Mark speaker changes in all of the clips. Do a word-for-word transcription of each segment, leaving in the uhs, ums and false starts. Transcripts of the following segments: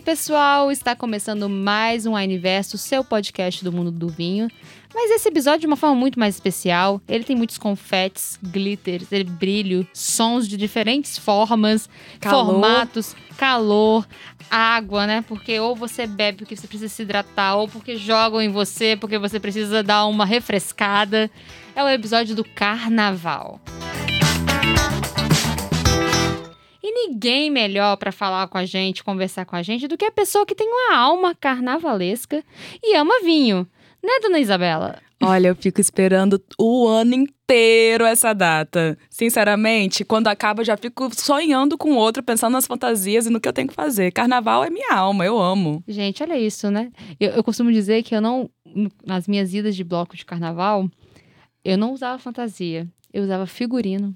Speaker 1: pessoal, está começando mais um Wineverso, seu podcast do mundo do vinho. Mas esse episódio de uma forma muito mais especial. Ele tem muitos confetes, glitters, ele brilho, sons de diferentes formas, calor. formatos, calor, água, né? Porque ou você bebe porque você precisa se hidratar, ou porque jogam em você porque você precisa dar uma refrescada. É o episódio do Carnaval. E ninguém melhor para falar com a gente, conversar com a gente, do que a pessoa que tem uma alma carnavalesca e ama vinho. Né, dona Isabela?
Speaker 2: Olha, eu fico esperando o ano inteiro essa data. Sinceramente, quando acaba, eu já fico sonhando com o outro, pensando nas fantasias e no que eu tenho que fazer. Carnaval é minha alma, eu amo.
Speaker 1: Gente, olha isso, né? Eu, eu costumo dizer que eu não, nas minhas idas de bloco de carnaval, eu não usava fantasia, eu usava figurino.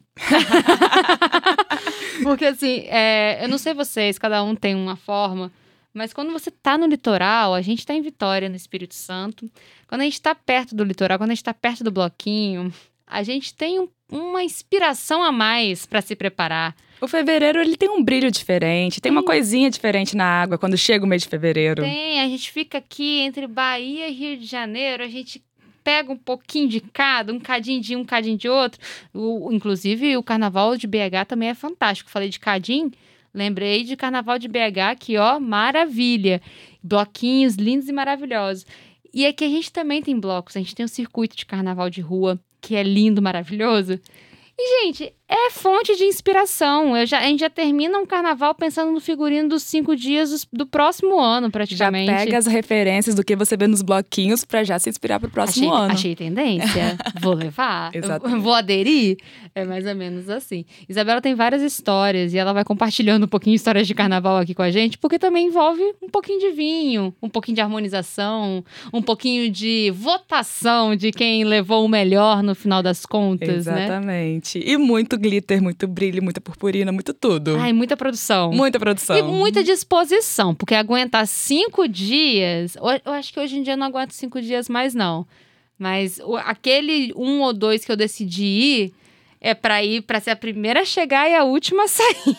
Speaker 1: Porque assim, é, eu não sei vocês, cada um tem uma forma, mas quando você tá no litoral, a gente tá em Vitória, no Espírito Santo, quando a gente tá perto do litoral, quando a gente tá perto do bloquinho, a gente tem um, uma inspiração a mais pra se preparar.
Speaker 2: O fevereiro, ele tem um brilho diferente, tem, tem uma coisinha diferente na água quando chega o mês de fevereiro.
Speaker 1: Tem, a gente fica aqui entre Bahia e Rio de Janeiro, a gente pega um pouquinho de cada, um cadinho de um, um cadinho de outro. O, inclusive, o carnaval de B H também é fantástico. Falei de cadinho, lembrei de carnaval de B H, que ó, maravilha. Bloquinhos lindos e maravilhosos. E aqui a gente também tem blocos. A gente tem um circuito de carnaval de rua, que é lindo, maravilhoso. E, gente, é fonte de inspiração. Eu já, a gente já termina um carnaval pensando no figurino dos cinco dias do, do próximo ano, praticamente.
Speaker 2: Já pega as referências do que você vê nos bloquinhos pra já se inspirar pro próximo
Speaker 1: achei,
Speaker 2: ano.
Speaker 1: Achei tendência. Vou levar.
Speaker 2: Exatamente.
Speaker 1: Vou aderir. É mais ou menos assim. Isabela tem várias histórias e ela vai compartilhando um pouquinho de histórias de carnaval aqui com a gente, porque também envolve um pouquinho de vinho, um pouquinho de harmonização, um pouquinho de votação de quem levou o melhor no final das contas,
Speaker 2: Exatamente. Né? E muito glitter, muito brilho, muita purpurina, muito tudo.
Speaker 1: Ai, muita produção.
Speaker 2: Muita produção.
Speaker 1: E muita disposição, porque aguentar cinco dias... Eu acho que hoje em dia eu não aguento cinco dias mais, não. Mas o, aquele um ou dois que eu decidi ir, é pra ir, pra ser a primeira a chegar e a última a sair.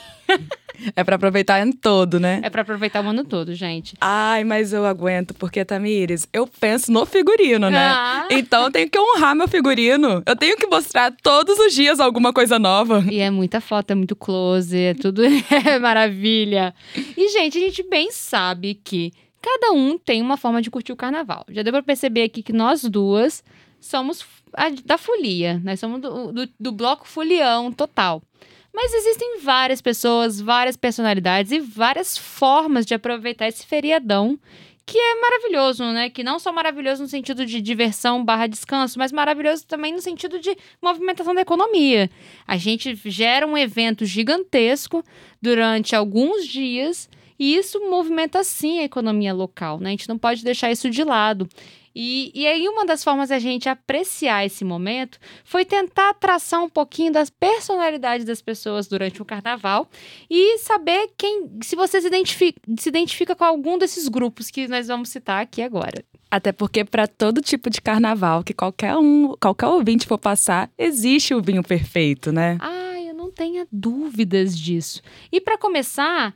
Speaker 2: É pra aproveitar em todo, né?
Speaker 1: É pra aproveitar o ano todo, gente.
Speaker 2: Ai, mas eu aguento, porque, Tamires, eu penso no figurino, né?
Speaker 1: Ah.
Speaker 2: Então eu tenho que honrar meu figurino. Eu tenho que mostrar todos os dias alguma coisa nova.
Speaker 1: E é muita foto, é muito close, é tudo é maravilha. E, gente, a gente bem sabe que cada um tem uma forma de curtir o carnaval. Já deu pra perceber aqui que nós duas somos a, da folia. Nós somos do, do, do bloco folião total. Mas existem várias pessoas, várias personalidades e várias formas de aproveitar esse feriadão que é maravilhoso, né? Que não só maravilhoso no sentido de diversão barra descanso, mas maravilhoso também no sentido de movimentação da economia. A gente gera um evento gigantesco durante alguns dias e isso movimenta sim a economia local, né? A gente não pode deixar isso de lado. E, e aí uma das formas da gente apreciar esse momento foi tentar traçar um pouquinho das personalidades das pessoas durante o carnaval e saber quem, se você se identifica, se identifica com algum desses grupos que nós vamos citar aqui agora.
Speaker 2: Até porque para todo tipo de carnaval que qualquer um, qualquer ouvinte for passar, existe o vinho perfeito, né?
Speaker 1: Ah, eu não tenho dúvidas disso. E para começar,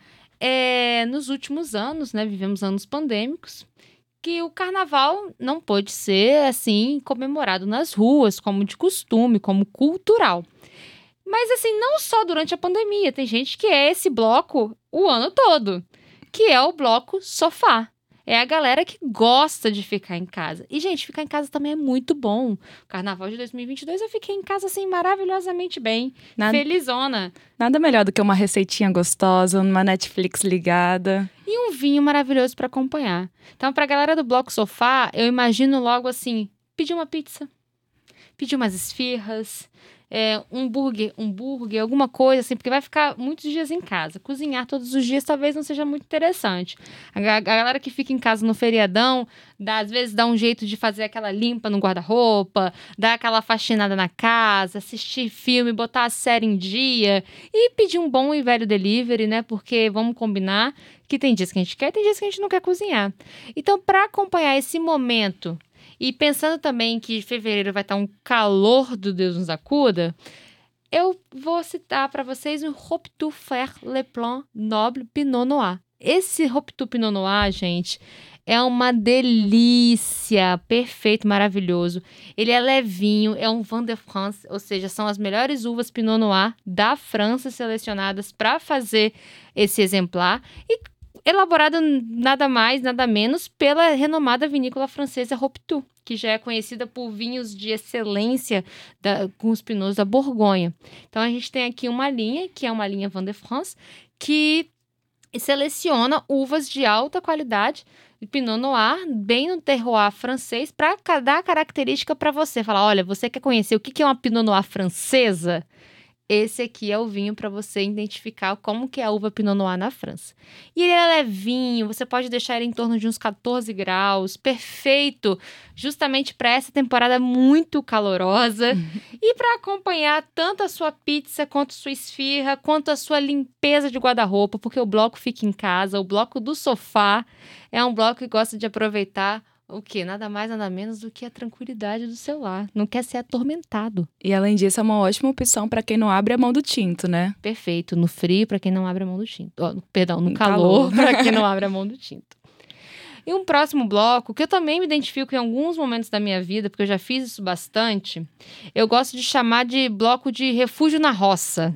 Speaker 1: é, nos últimos anos, né, vivemos anos pandêmicos, que o carnaval não pôde ser, assim, comemorado nas ruas, como de costume, como cultural. Mas, assim, não só durante a pandemia. Tem gente que é esse bloco o ano todo, que é o bloco sofá. É a galera que gosta de ficar em casa. E, gente, ficar em casa também é muito bom. O carnaval de dois mil e vinte e dois eu fiquei em casa, assim, maravilhosamente bem. Nada, felizona.
Speaker 2: Nada melhor do que uma receitinha gostosa, uma Netflix ligada.
Speaker 1: E um vinho maravilhoso para acompanhar. Então, pra galera do bloco sofá, eu imagino logo assim, pedir uma pizza, pedir umas esfirras, é, um burger, um burger, alguma coisa assim, porque vai ficar muitos dias em casa. Cozinhar todos os dias talvez não seja muito interessante. A, a galera que fica em casa no feriadão, dá, às vezes dá um jeito de fazer aquela limpa no guarda-roupa, dar aquela faxinada na casa, assistir filme, botar a série em dia e pedir um bom e velho delivery, né? Porque vamos combinar que tem dias que a gente quer e tem dias que a gente não quer cozinhar. Então, para acompanhar esse momento e pensando também que fevereiro vai estar um calor do Deus nos acuda, eu vou citar para vocês o Hop du Fer Le Plan Noble Pinot Noir. esse Ropitu Pinot Noir, gente, é uma delícia, perfeito, maravilhoso. Ele é levinho, é um Vin de France, ou seja, são as melhores uvas Pinot Noir da França selecionadas para fazer esse exemplar e elaborado nada mais, nada menos pela renomada vinícola francesa Ropitu, que já é conhecida por vinhos de excelência da, com os pinots da Borgonha. Então, a gente tem aqui uma linha, que é uma linha Vin de France, que seleciona uvas de alta qualidade, Pinot Noir, bem no terroir francês, para dar característica para você. Falar, olha, você quer conhecer o que é uma Pinot Noir francesa? Esse aqui é o vinho para você identificar como que é a uva Pinot Noir na França. E ele é levinho, você pode deixar ele em torno de uns catorze graus, perfeito, justamente para essa temporada muito calorosa. Uhum. E para acompanhar tanto a sua pizza, quanto a sua esfirra, quanto a sua limpeza de guarda-roupa, porque o bloco fica em casa, o bloco do sofá é um bloco que gosta de aproveitar o quê? Nada mais, nada menos do que a tranquilidade do seu lar. Não quer ser atormentado.
Speaker 2: E além disso, é uma ótima opção para quem não abre a mão do tinto, né?
Speaker 1: Perfeito. No frio, para quem não abre a mão do tinto. Oh, perdão, no, no calor, calor. para quem não abre a mão do tinto. E um próximo bloco, que eu também me identifico em alguns momentos da minha vida, porque eu já fiz isso bastante, eu gosto de chamar de bloco de refúgio na roça.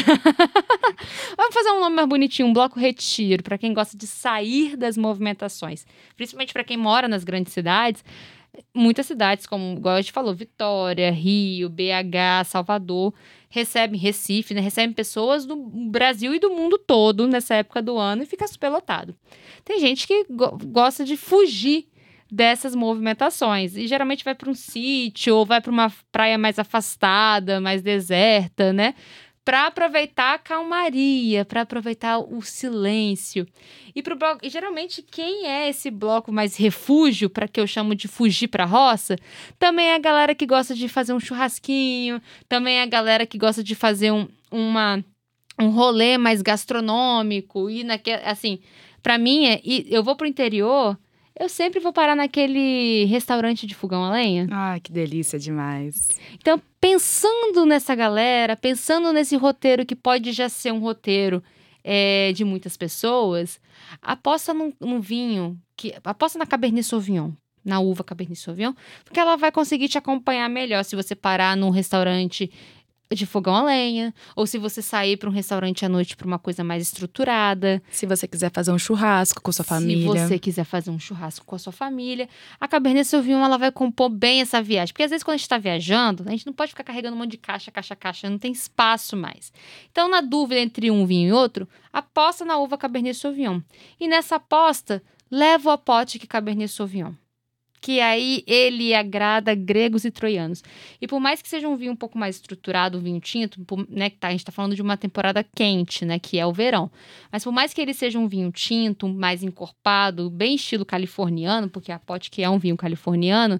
Speaker 1: Vamos fazer um nome mais bonitinho, um bloco retiro, para quem gosta de sair das movimentações. Principalmente para quem mora nas grandes cidades. Muitas cidades, como igual a gente falou, Vitória, Rio, B H, Salvador, recebem, Recife, né? Recebem pessoas do Brasil e do mundo todo nessa época do ano e fica superlotado. Tem gente que go- gosta de fugir dessas movimentações e geralmente vai para um sítio ou vai para uma praia mais afastada, mais deserta, né? Para aproveitar a calmaria, para aproveitar o silêncio. E, pro bloco, e geralmente quem é esse bloco mais refúgio, para que eu chamo de fugir para a roça, também é a galera que gosta de fazer um churrasquinho, também é a galera que gosta de fazer um, uma, um rolê mais gastronômico. E naquele, assim, para mim, é, e eu vou pro interior, eu sempre vou parar naquele restaurante de fogão a lenha.
Speaker 2: Ai, que delícia demais.
Speaker 1: Então, pensando nessa galera, pensando nesse roteiro que pode já ser um roteiro é, de muitas pessoas, aposta num, num vinho, que, aposta na Cabernet Sauvignon, na uva Cabernet Sauvignon, porque ela vai conseguir te acompanhar melhor se você parar num restaurante de fogão a lenha, ou se você sair para um restaurante à noite para uma coisa mais estruturada.
Speaker 2: Se você quiser fazer um churrasco com sua família.
Speaker 1: Se você quiser fazer um churrasco com a sua família, a Cabernet Sauvignon, ela vai compor bem essa viagem. Porque às vezes quando a gente está viajando, a gente não pode ficar carregando um monte de caixa, caixa, caixa, não tem espaço mais. Então, na dúvida entre um vinho e outro, aposta na uva Cabernet Sauvignon. E nessa aposta, leva o apote que Cabernet Sauvignon. Que aí ele agrada gregos e troianos. E por mais que seja um vinho um pouco mais estruturado, um vinho tinto, né, que tá, a gente está falando de uma temporada quente, né, que é o verão. Mas por mais que ele seja um vinho tinto, mais encorpado, bem estilo californiano, porque a Pote que é um vinho californiano,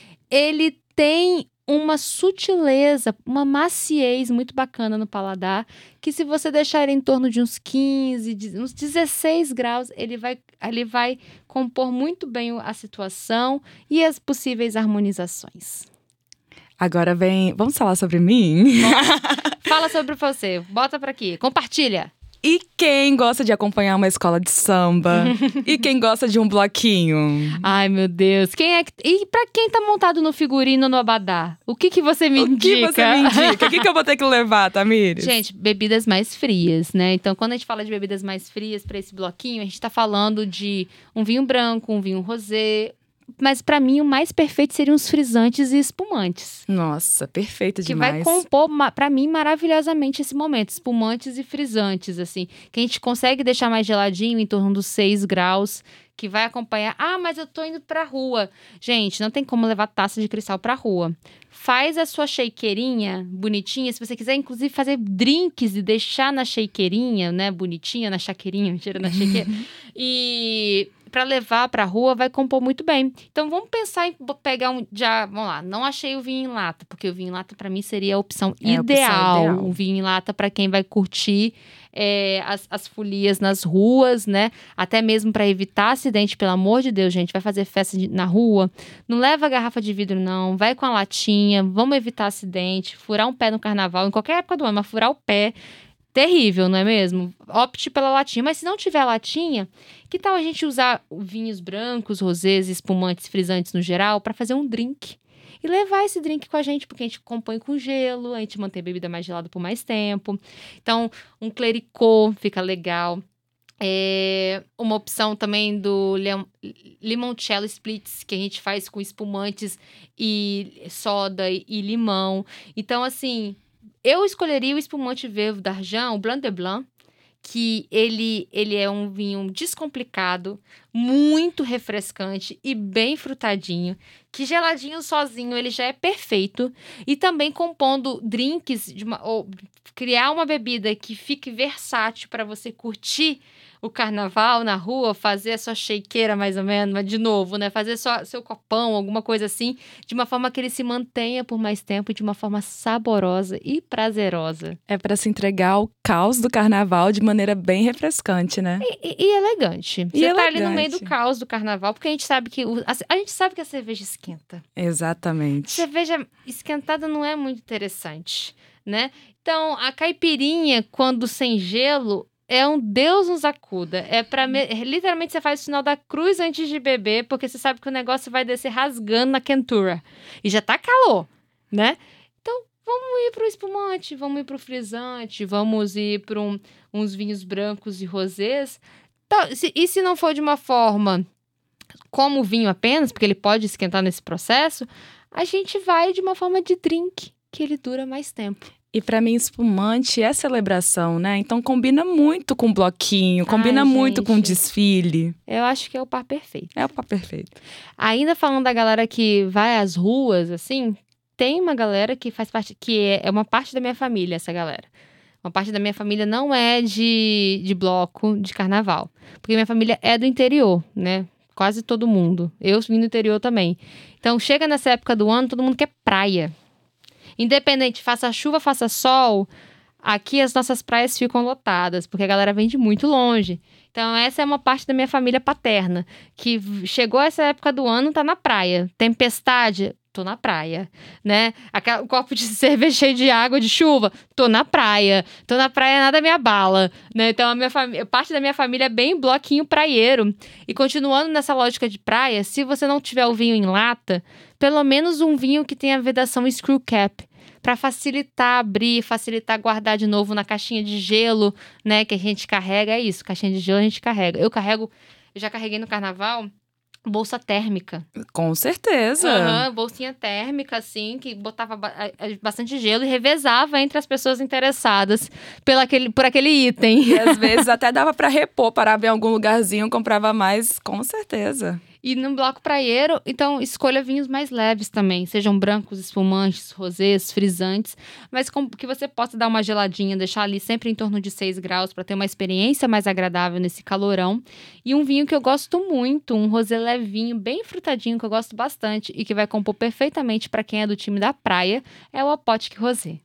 Speaker 1: ele tem uma sutileza, uma maciez muito bacana no paladar, que se você deixar ele em torno de uns quinze, uns dezesseis graus, ele vai, ele vai compor muito bem a situação e as possíveis harmonizações.
Speaker 2: Agora vem... Vamos falar sobre mim?
Speaker 1: Fala sobre você. Bota pra aqui. Compartilha.
Speaker 2: E quem gosta de acompanhar uma escola de samba? E quem gosta de um bloquinho?
Speaker 1: Ai, meu Deus. Quem é que... E pra quem tá montado no figurino no abadá? O que que você me
Speaker 2: o
Speaker 1: indica?
Speaker 2: O que você me indica? O que que eu vou ter que levar, Tamires?
Speaker 1: Gente, bebidas mais frias, né? Então, quando a gente fala de bebidas mais frias pra esse bloquinho, a gente tá falando de um vinho branco, um vinho rosé. Mas pra mim, o mais perfeito seriam os frisantes e espumantes.
Speaker 2: Nossa, perfeito demais.
Speaker 1: Que vai compor, pra mim, maravilhosamente esse momento. Espumantes e frisantes, assim. Que a gente consegue deixar mais geladinho, em torno dos seis graus. Que vai acompanhar. Ah, mas eu tô indo pra rua. Gente, não tem como levar taça de cristal pra rua. Faz a sua shakerinha bonitinha. Se você quiser, inclusive, fazer drinks e deixar na shakerinha, né? Bonitinha, na shaqueirinha, mentira, na shakeira. E... para levar para a rua, vai compor muito bem. Então, vamos pensar em pegar um... Já, vamos lá, não achei o vinho em lata, porque o vinho em lata, para mim, seria a opção, é ideal. A opção ideal. O vinho em lata para quem vai curtir é, as, as folias nas ruas, né? Até mesmo para evitar acidente, pelo amor de Deus, gente. Vai fazer festa de, na rua. Não leva garrafa de vidro, não. Vai com a latinha. Vamos evitar acidente. Furar um pé no carnaval, em qualquer época do ano, mas furar o pé... terrível, não é mesmo? Opte pela latinha. Mas se não tiver latinha, que tal a gente usar vinhos brancos, rosés, espumantes, frisantes no geral, para fazer um drink? E levar esse drink com a gente, porque a gente compõe com gelo, a gente mantém a bebida mais gelada por mais tempo. Então, um clericot fica legal. É uma opção também do limoncello splits, que a gente faz com espumantes e soda e, e limão. Então, assim, eu escolheria o espumante Veuve d'Argent, o Blanc de Blanc, que ele, ele é um vinho descomplicado, muito refrescante e bem frutadinho, que geladinho sozinho ele já é perfeito. E também compondo drinks, de uma, ou criar uma bebida que fique versátil para você curtir o carnaval na rua, fazer a sua shakeira mais ou menos, mas de novo, né? Fazer só, seu copão, alguma coisa assim, de uma forma que ele se mantenha por mais tempo e de uma forma saborosa e prazerosa.
Speaker 2: É para se entregar ao caos do carnaval de maneira bem refrescante, né?
Speaker 1: E, e, e elegante.
Speaker 2: E
Speaker 1: você
Speaker 2: elegante.
Speaker 1: Tá ali no meio do caos do carnaval, porque a gente sabe que o, a, a gente sabe que a cerveja esquenta.
Speaker 2: Exatamente.
Speaker 1: Cerveja esquentada não é muito interessante, né? Então, a caipirinha, quando sem gelo, é um Deus nos acuda. É para me... Literalmente, você faz o sinal da cruz antes de beber, porque você sabe que o negócio vai descer rasgando na quentura. E já tá calor, né? Então, vamos ir pro espumante, vamos ir pro frisante, vamos ir para um, uns vinhos brancos e rosés. Então, se, e se não for de uma forma como vinho apenas, porque ele pode esquentar nesse processo, a gente vai de uma forma de drink, que ele dura mais tempo.
Speaker 2: E pra mim, espumante é celebração, né? Então combina muito com bloquinho, combina
Speaker 1: Ai,
Speaker 2: muito
Speaker 1: gente.
Speaker 2: com desfile.
Speaker 1: Eu acho que é o par perfeito.
Speaker 2: É o par perfeito.
Speaker 1: Ainda falando da galera que vai às ruas, assim, tem uma galera que faz parte, que é, é uma parte da minha família, essa galera. Uma parte da minha família não é de, de bloco de carnaval. Porque minha família é do interior, né? Quase todo mundo. Eu vim do interior também. Então, chega nessa época do ano, todo mundo quer praia. Independente, faça chuva, faça sol, aqui as nossas praias ficam lotadas, porque a galera vem de muito longe. Então, essa é uma parte da minha família paterna, que chegou essa época do ano, tá na praia. Tempestade, tô na praia, né? Aquela, o copo de cerveja cheio de água, de chuva, tô na praia. Tô na praia, nada me abala, né? Então, a minha família, parte da minha família é bem bloquinho praieiro. E continuando nessa lógica de praia, se você não tiver o vinho em lata, pelo menos um vinho que tenha vedação screw cap, para facilitar abrir, facilitar guardar de novo na caixinha de gelo, né, que a gente carrega. É isso, caixinha de gelo a gente carrega. Eu carrego, eu já carreguei no carnaval bolsa térmica.
Speaker 2: Com certeza.
Speaker 1: Uhum, bolsinha térmica, assim, que botava ba- bastante gelo e revezava entre as pessoas interessadas pela aquele, por aquele item.
Speaker 2: E às vezes até dava pra repor, parava em algum lugarzinho, comprava mais, com certeza.
Speaker 1: E no bloco praieiro, então, escolha vinhos mais leves também. Sejam brancos, espumantes, rosés, frisantes. Mas com, que você possa dar uma geladinha, deixar ali sempre em torno de seis graus para ter uma experiência mais agradável nesse calorão. E um vinho que eu gosto muito, um rosé levinho, bem frutadinho, que eu gosto bastante e que vai compor perfeitamente para quem é do time da praia, é o Apotic Rosé.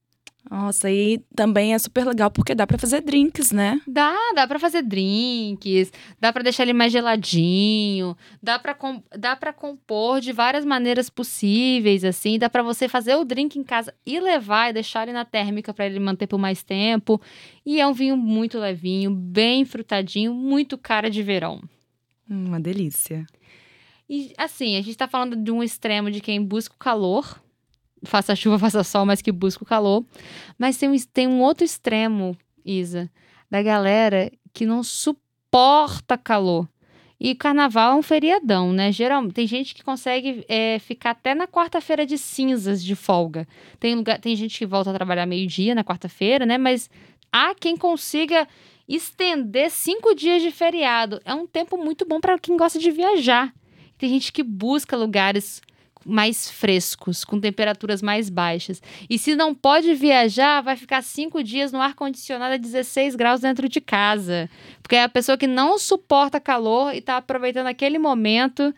Speaker 2: Nossa, e também é super legal porque dá pra fazer drinks, né?
Speaker 1: Dá, dá pra fazer drinks, dá pra deixar ele mais geladinho, dá pra, com, dá pra compor de várias maneiras possíveis, assim, dá pra você fazer o drink em casa e levar e deixar ele na térmica pra ele manter por mais tempo. E é um vinho muito levinho, bem frutadinho, muito cara de verão.
Speaker 2: Hum, uma delícia.
Speaker 1: E assim, a gente tá falando de um extremo de quem busca o calor, faça chuva, faça sol, mas que busca o calor. Mas tem um, tem um outro extremo, Isa, da galera que não suporta calor. E carnaval é um feriadão, né? Geralmente, tem gente que consegue é, ficar até na quarta-feira de cinzas de folga. Tem, lugar, tem gente que volta a trabalhar meio-dia na quarta-feira, né? Mas há quem consiga estender cinco dias de feriado. É um tempo muito bom para quem gosta de viajar. Tem gente que busca lugares mais frescos, com temperaturas mais baixas. E se não pode viajar, vai ficar cinco dias no ar-condicionado a dezesseis graus dentro de casa. Porque é a pessoa que não suporta calor e está aproveitando aquele momento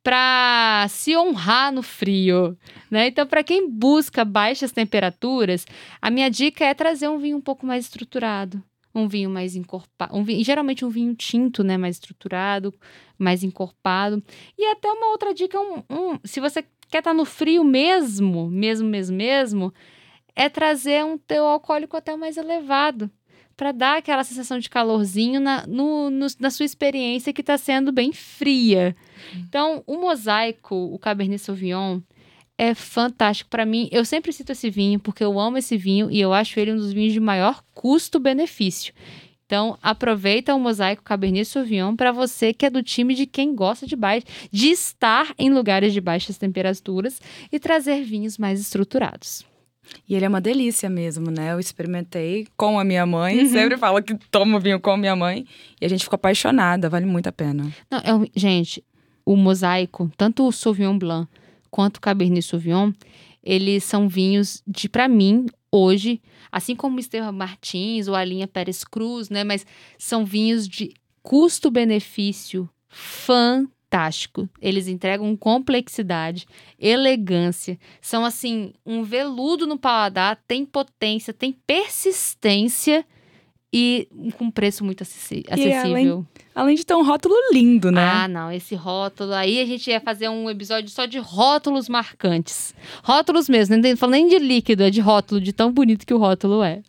Speaker 1: para se honrar no frio, né? Então, para quem busca baixas temperaturas, a minha dica é trazer um vinho um pouco mais estruturado. Um vinho mais encorpado, um vinho, geralmente um vinho tinto, né, mais estruturado, mais encorpado. E até uma outra dica, um, um, se você quer estar no frio mesmo, mesmo, mesmo, mesmo, é trazer um teor alcoólico até mais elevado. para dar aquela sensação de calorzinho na, no, no, na sua experiência que está sendo bem fria. Então, o mosaico, o Cabernet Sauvignon, é fantástico para mim. Eu sempre cito esse vinho porque eu amo esse vinho e eu acho ele um dos vinhos de maior custo-benefício. Então, aproveita o mosaico Cabernet Sauvignon para você que é do time de quem gosta de, baixo, de estar em lugares de baixas temperaturas e trazer vinhos mais estruturados.
Speaker 2: E ele é uma delícia mesmo, né? Eu experimentei com a minha mãe, uhum. sempre falo que tomo vinho com a minha mãe, e a gente ficou apaixonada, vale muito a pena.
Speaker 1: Não, é, gente, o mosaico, tanto o Sauvignon Blanc quanto o Cabernet Sauvignon, eles são vinhos de, para mim, hoje, assim como o Esteban Martins ou a linha Pérez Cruz, né? Mas são vinhos de custo-benefício fantástico. Eles entregam complexidade, elegância. São, assim, um veludo no paladar, tem potência, tem persistência e com preço muito acessível.
Speaker 2: E além, além de ter um rótulo lindo, né?
Speaker 1: Ah, não, esse rótulo aí a gente ia fazer um episódio só de rótulos marcantes. Rótulos mesmo, não falo nem de líquido, é de rótulo, de tão bonito que o rótulo é.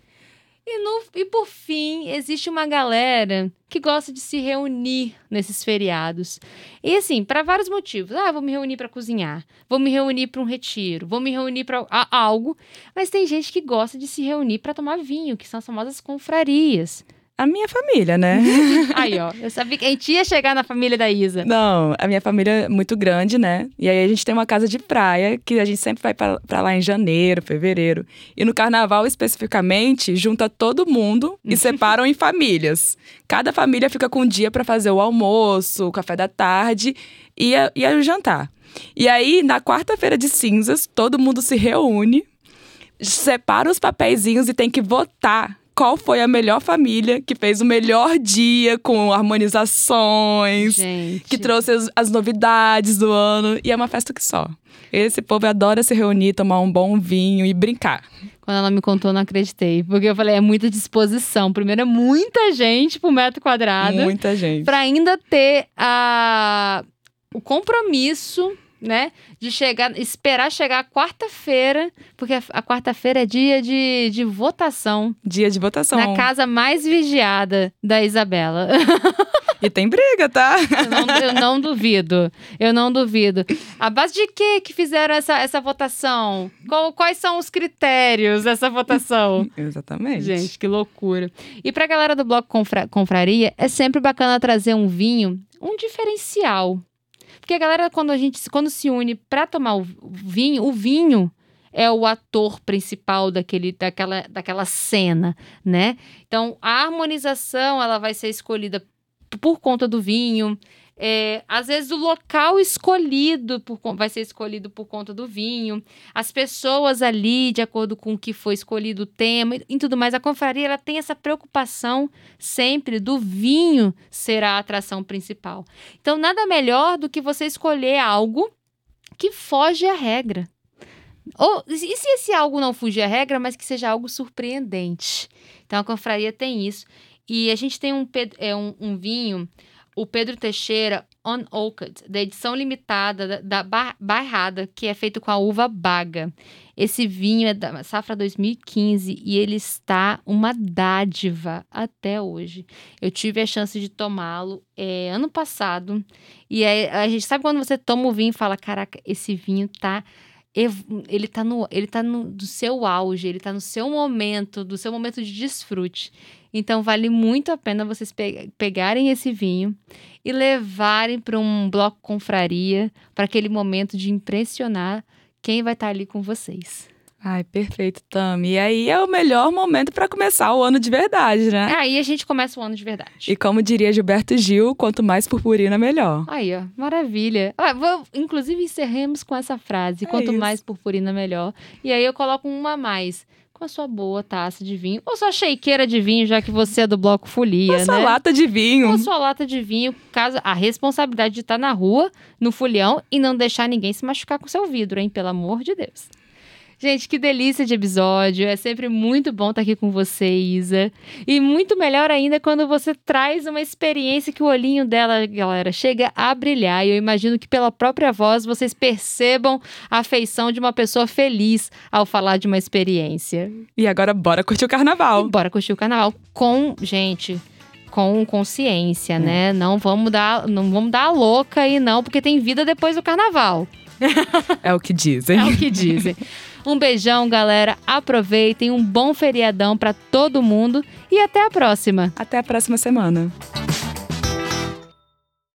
Speaker 1: E, no, e por fim, existe uma galera que gosta de se reunir nesses feriados. E assim, para vários motivos. Ah, vou me reunir para cozinhar, vou me reunir para um retiro, vou me reunir para algo. Mas tem gente que gosta de se reunir para tomar vinho, que são as famosas confrarias.
Speaker 2: A minha família, né?
Speaker 1: Aí, ó, eu sabia que a gente ia chegar na família da Isa.
Speaker 2: Não, a minha família é muito grande, né? E aí a gente tem uma casa de praia, que a gente sempre vai pra, pra lá em janeiro, fevereiro. E no carnaval, especificamente, junta todo mundo e separam em famílias. Cada família fica com um dia pra fazer o almoço, o café da tarde e, a, e a, o jantar. E aí, na quarta-feira de cinzas, todo mundo se reúne, separa os papeizinhos e tem que votar qual foi a melhor família que fez o melhor dia com harmonizações,
Speaker 1: Gente.
Speaker 2: que trouxe as, as novidades do ano. E é uma festa que só. Esse povo adora se reunir, tomar um bom vinho e brincar.
Speaker 1: Quando ela me contou, eu não acreditei. Porque eu falei, é muita disposição. Primeiro, é muita gente por metro quadrado.
Speaker 2: Muita gente.
Speaker 1: Pra ainda ter a... o compromisso, né? De chegar, esperar chegar a quarta-feira, porque a, a quarta-feira é dia de, de votação.
Speaker 2: Dia de votação.
Speaker 1: Na casa mais vigiada da Isabela.
Speaker 2: E tem briga, tá?
Speaker 1: Eu não, eu não duvido. Eu não duvido. A base de que que fizeram essa, essa votação? Qual, quais são os critérios dessa votação?
Speaker 2: Exatamente.
Speaker 1: Gente, que loucura. E pra galera do Bloco Confra, Confraria, é sempre bacana trazer um vinho, um diferencial. Porque a galera, quando a gente quando se une pra tomar o vinho, o vinho é o ator principal daquele, daquela, daquela cena, né? Então, a harmonização, ela vai ser escolhida por conta do vinho. É, às vezes, o local escolhido por, vai ser escolhido por conta do vinho. As pessoas ali, de acordo com o que foi escolhido o tema e tudo mais. A confraria, ela tem essa preocupação sempre do vinho ser a atração principal. Então, nada melhor do que você escolher algo que foge à regra. Ou, e se esse algo não fugir à regra, mas que seja algo surpreendente? Então, a confraria tem isso. E a gente tem um, é, um, um vinho, o Pedro Teixeira Unoaked, da edição limitada da, da Bairrada, que é feito com a uva Baga. Esse vinho é da safra dois mil e quinze e ele está uma dádiva até hoje. Eu tive a chance de tomá-lo é, ano passado. E aí, a gente sabe quando você toma o vinho e fala, caraca, esse vinho tá... Ele tá, no, ele tá no do seu auge, ele tá no seu momento, do seu momento de desfrute. Então, vale muito a pena vocês pe- pegarem esse vinho e levarem para um bloco confraria, para aquele momento de impressionar quem vai estar ali com vocês.
Speaker 2: Ai, perfeito, Tami. E aí é o melhor momento para começar o ano de verdade, né?
Speaker 1: Aí a gente começa o ano de verdade.
Speaker 2: E como diria Gilberto Gil, quanto mais purpurina, melhor.
Speaker 1: Aí, ó, maravilha. Ah, vou, inclusive, encerremos com essa frase,
Speaker 2: É
Speaker 1: quanto
Speaker 2: isso.
Speaker 1: mais purpurina, melhor. E aí eu coloco uma a mais, com a sua boa taça de vinho, ou sua shakeira de vinho, já que você é do Bloco Folia,
Speaker 2: Uma
Speaker 1: né?
Speaker 2: sua lata de vinho.
Speaker 1: Com a sua lata de vinho, caso a responsabilidade de estar na rua, no folião, e não deixar ninguém se machucar com seu vidro, hein? Pelo amor de Deus. Gente, que delícia de episódio. É sempre muito bom estar aqui com você, Isa. E muito melhor ainda quando você traz uma experiência que o olhinho dela, galera, chega a brilhar. E eu imagino que pela própria voz vocês percebam a afeição de uma pessoa feliz ao falar de uma experiência.
Speaker 2: E agora bora curtir o carnaval.
Speaker 1: E bora curtir o carnaval com, gente, com consciência, hum. né? Não vamos dar, não vamos dar a louca aí não, porque tem vida depois do carnaval.
Speaker 2: É o que dizem.
Speaker 1: É o que dizem. Um beijão, galera. Aproveitem, um bom feriadão pra todo mundo e até a próxima.
Speaker 2: Até a próxima semana.